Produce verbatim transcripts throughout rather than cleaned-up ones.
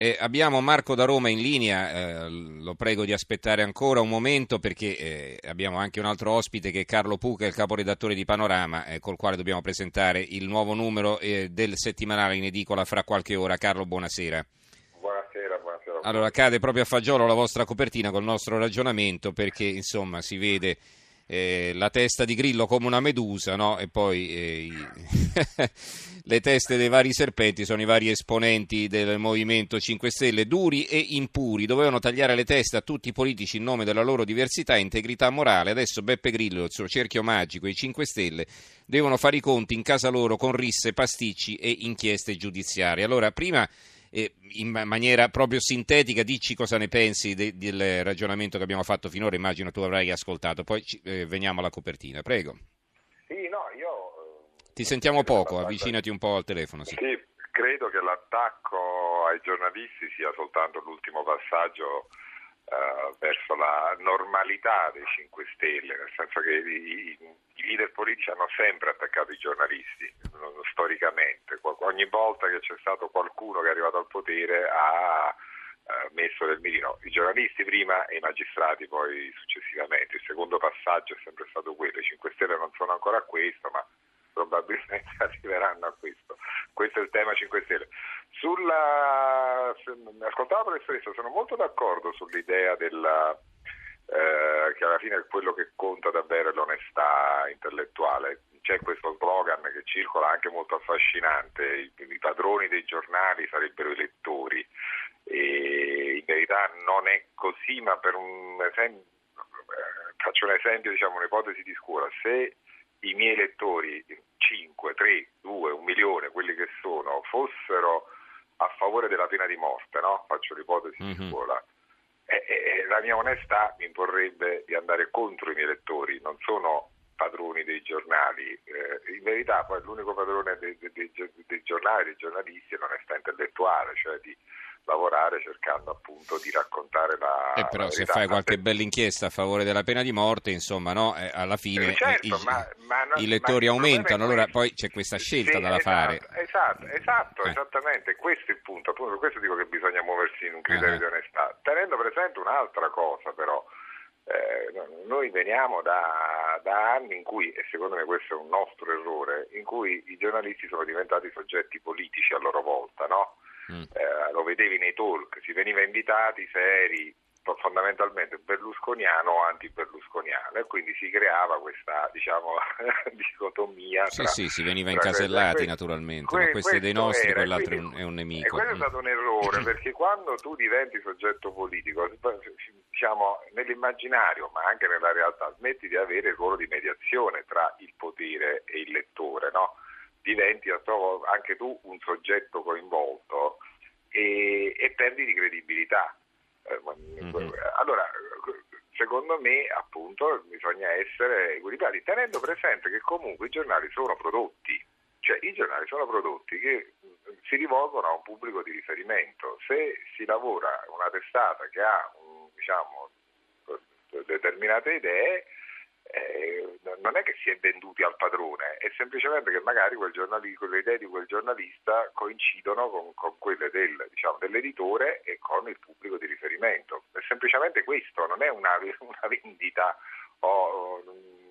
Eh, abbiamo Marco da Roma in linea, eh, lo prego di aspettare ancora un momento perché eh, abbiamo anche un altro ospite che è Carlo Puca, il caporedattore di Panorama, eh, col quale dobbiamo presentare il nuovo numero eh, del settimanale in edicola fra qualche ora. Carlo, buonasera. Buonasera, buonasera. Allora, cade proprio a fagiolo la vostra copertina col nostro ragionamento perché insomma si vede eh, la testa di Grillo come una medusa, no? E poi eh, i... le teste dei vari serpenti sono i vari esponenti del Movimento cinque Stelle, duri e impuri, dovevano tagliare le teste a tutti i politici in nome della loro diversità e integrità morale. Adesso Beppe Grillo e il suo cerchio magico, i cinque Stelle, devono fare i conti in casa loro con risse, pasticci e inchieste giudiziarie. Allora, prima, eh, in maniera proprio sintetica, dici cosa ne pensi de- del ragionamento che abbiamo fatto finora, immagino tu avrai ascoltato, poi ci, eh, veniamo alla copertina, prego. Sì, no, io... Ti sentiamo poco, avvicinati un po' al telefono. Sì, sì, credo che l'attacco ai giornalisti sia soltanto l'ultimo passaggio uh, verso la normalità dei cinque Stelle, nel senso che i, i leader politici hanno sempre attaccato i giornalisti, storicamente. Ogni volta che c'è stato qualcuno che è arrivato al potere ha uh, messo del mirino i giornalisti prima e i magistrati poi successivamente. Il secondo passaggio è sempre stato quello. I cinque Stelle non sono ancora a questo, ma probabilmente arriveranno a questo. Questo è il tema cinque Stelle. Sulla ascoltavo la professoressa, sono molto d'accordo sull'idea della eh, che alla fine quello che conta davvero è l'onestà intellettuale. C'è questo slogan che circola anche molto affascinante: i, i padroni dei giornali sarebbero i lettori, e in verità non è così, ma per un esempio, faccio un esempio, diciamo un'ipotesi di scuola: se i miei lettori, cinque, tre, due, un milione, quelli che sono, fossero a favore della pena di morte, no? Faccio l'ipotesi mm-hmm. di scuola, e, e, la mia onestà mi imporrebbe di andare contro i miei lettori. Non sono padroni dei giornali, eh, in verità poi l'unico padrone dei, dei, dei, dei giornali, dei giornalisti, è l'onestà intellettuale, cioè di lavorare cercando appunto di raccontare la, eh, però la se verità. fai qualche bella inchiesta a favore della pena di morte, insomma, no, eh, alla fine eh, certo, eh, i, ma, ma non, i lettori ma aumentano, allora poi c'è questa scelta sì, da esatto, fare. Esatto, esatto, eh. esattamente, questo è il punto, appunto per questo dico che bisogna muoversi in un criterio uh-huh. di onestà, tenendo presente un'altra cosa però. Eh, noi veniamo da, da anni in cui, e secondo me questo è un nostro errore, in cui i giornalisti sono diventati soggetti politici a loro volta, no? Mm. Eh, lo vedevi nei talk, si veniva invitati seri, fondamentalmente berlusconiano o anti-berlusconiano, e quindi si creava questa, diciamo, dicotomia. Sì, tra, sì, si veniva tra incasellati que- naturalmente, que- no? Questo è dei nostri, era, quell'altro quindi, è un nemico. E questo è stato un errore, perché quando tu diventi soggetto politico, diciamo, nell'immaginario, ma anche nella realtà, smetti di avere il ruolo di mediazione tra il potere e il lettore, no? Diventi anche tu un soggetto coinvolto e, e perdi di credibilità. Mm-hmm. Allora, secondo me, appunto, bisogna essere equilibrati, tenendo presente che comunque i giornali sono prodotti, cioè i giornali sono prodotti che si rivolgono a un pubblico di riferimento. Se si lavora una testata che ha, diciamo, determinate idee, eh, non è che si è venduti al padrone, è semplicemente che magari quel giornalista, le idee di quel giornalista coincidono con, con quelle del, diciamo, dell'editore e con il pubblico di riferimento. È semplicemente questo, non è una, una vendita o,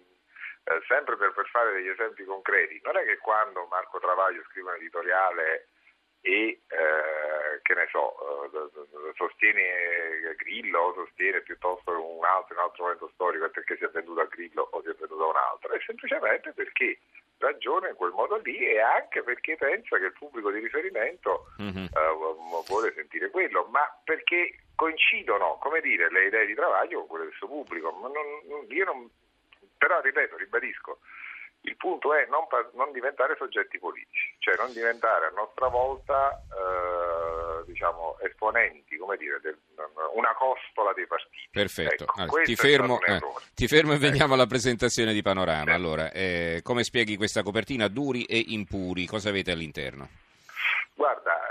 eh, sempre per, per fare degli esempi concreti. Non è che quando Marco Travaglio scrive un editoriale e eh, che ne so, eh, sostiene Grillo o sostiene piuttosto un altro, un altro momento storico perché si è venduto a Grillo o si è venduto a un altro, è semplicemente perché ragiona in quel modo lì e anche perché pensa che il pubblico di riferimento mm-hmm. eh, vuole sentire quello, ma perché coincidono, come dire, le idee di Travaglio con quelle del suo pubblico. Ma non, io non, però ripeto, ribadisco, il punto è non, non diventare soggetti politici, cioè non diventare a nostra volta eh, diciamo esponenti, come dire, del, una costola dei partiti. Perfetto, Ecco, allora, ti, fermo, eh, ti fermo e veniamo ecco. alla presentazione di Panorama. Allora, eh, come spieghi questa copertina? Duri e impuri, cosa avete all'interno? Guarda,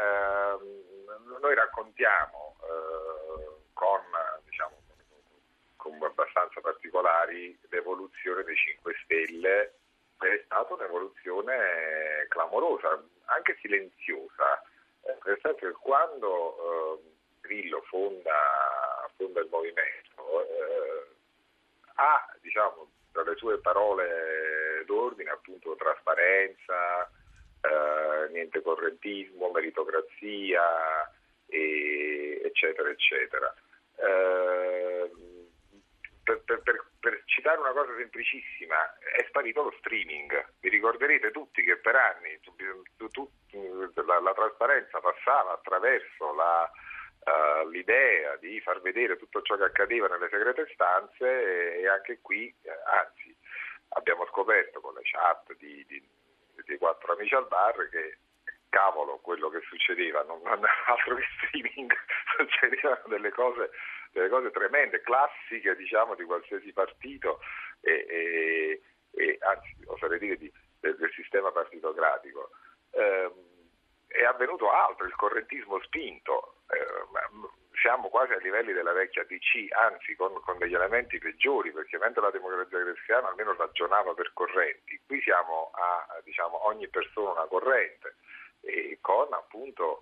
ehm, noi raccontiamo eh, con, diciamo, con abbastanza particolari l'evoluzione dei cinque Stelle. È stata un'evoluzione clamorosa, anche silenziosa, eh, nel senso che quando eh, Grillo fonda, fonda il movimento, eh, ha, diciamo, tra le sue parole d'ordine appunto trasparenza, eh, niente correntismo, meritocrazia, e, eccetera, eccetera. Eh, per, per, per, per citare una cosa semplicissima, è sparito lo streaming. Vi ricorderete tutti che per anni tu, tu, tu, la, la trasparenza passava attraverso la, uh, l'idea di far vedere tutto ciò che accadeva nelle segrete stanze, e, e anche qui, eh, anzi, abbiamo scoperto con le chat di, di, di quattro amici al bar che cavolo, quello che succedeva non, non altro che streaming, succedevano delle cose, delle cose tremende, classiche, diciamo, di qualsiasi partito e, e, e anzi oserei dire di, del, del sistema partitocratico. Eh, è avvenuto altro, il correntismo spinto, eh, siamo quasi ai livelli della vecchia D C, anzi con, con degli elementi peggiori, perché mentre la Democrazia Cristiana almeno ragionava per correnti, qui siamo a, diciamo, ogni persona una corrente, e con appunto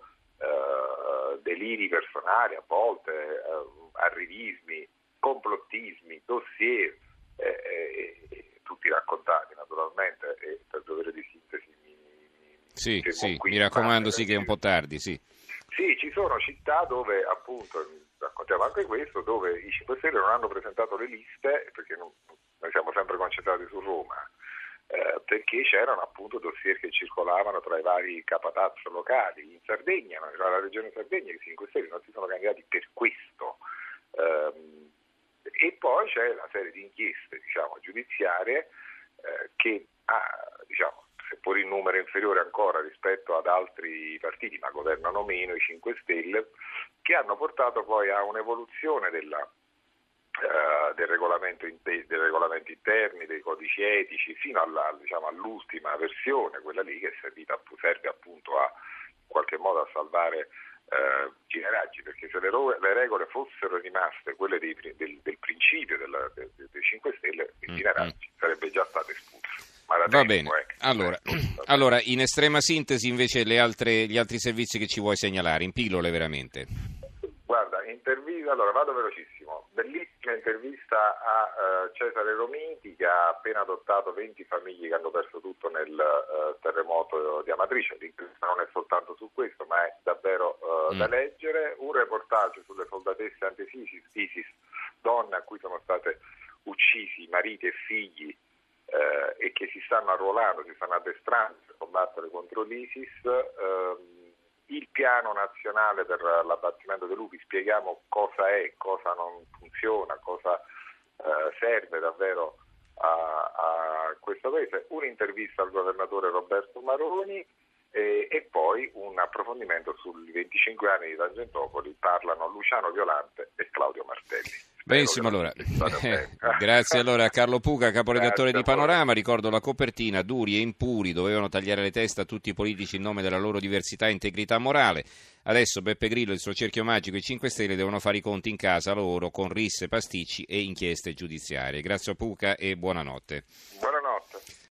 eh, deliri personali a volte, eh, arrivismi, complottismi, dossier, eh, eh, tutti raccontati naturalmente, e per dovere di sintesi mi, mi, sì, mi, sì, qui, mi raccomando, sì, che è un po' tardi, sì. Sì, ci sono città dove appunto, raccontiamo anche questo, dove i cinque Stelle non hanno presentato le liste, perché non, noi siamo sempre concentrati su Roma, Eh, perché c'erano appunto dossier che circolavano tra i vari capatazzo locali. In Sardegna, nella regione Sardegna, i cinque Stelle non si sono candidati per questo. Um, e poi c'è una serie di inchieste, diciamo, giudiziarie eh, che ha, diciamo, seppur in numero inferiore ancora rispetto ad altri partiti, ma governano meno i cinque Stelle, che hanno portato poi a un'evoluzione della Uh, del regolamento inter- dei regolamenti interni, dei codici etici, fino alla, diciamo, all'ultima versione, quella lì che è servita, serve appunto a in qualche modo a salvare uh, Gina Raggi, perché se le, ro- le regole fossero rimaste quelle dei, del, del principio della, de, de, dei cinque Stelle, Gina Raggi mm-hmm. sarebbe già stata espulsa. Ma Va bene, eh, allora, allora in estrema sintesi invece le altre, gli altri servizi che ci vuoi segnalare, in pillole veramente. Guarda, intervista, allora vado velocissimo, bellissima intervista a uh, Cesare Romiti, che ha appena adottato venti famiglie che hanno perso tutto nel uh, terremoto di Amatrice. L'intervista non è soltanto su questo, ma è davvero uh, mm. da leggere. Un reportaggio sulle soldatesse anti-ISIS, ISIS, donne a cui sono state uccisi mariti e figli uh, e che si stanno arruolando, si stanno addestrando per combattere contro l'ISIS. Uh, Il piano nazionale per l'abbattimento dei lupi, spieghiamo cosa è, cosa non funziona, cosa eh, serve davvero a, a questo paese, un'intervista al governatore Roberto Maroni e, e poi un approfondimento sui venticinque anni di Tangentopoli, parlano Luciano Violante e Claudio Martelli. Benissimo, allora. Grazie allora a Carlo Puca, caporedattore di Panorama. Ricordo la copertina: duri e impuri dovevano tagliare le teste a tutti i politici in nome della loro diversità e integrità morale. Adesso Beppe Grillo e il suo cerchio magico, i cinque Stelle, devono fare i conti in casa loro con risse, pasticci e inchieste giudiziarie. Grazie a Puca e buonanotte. Buonanotte.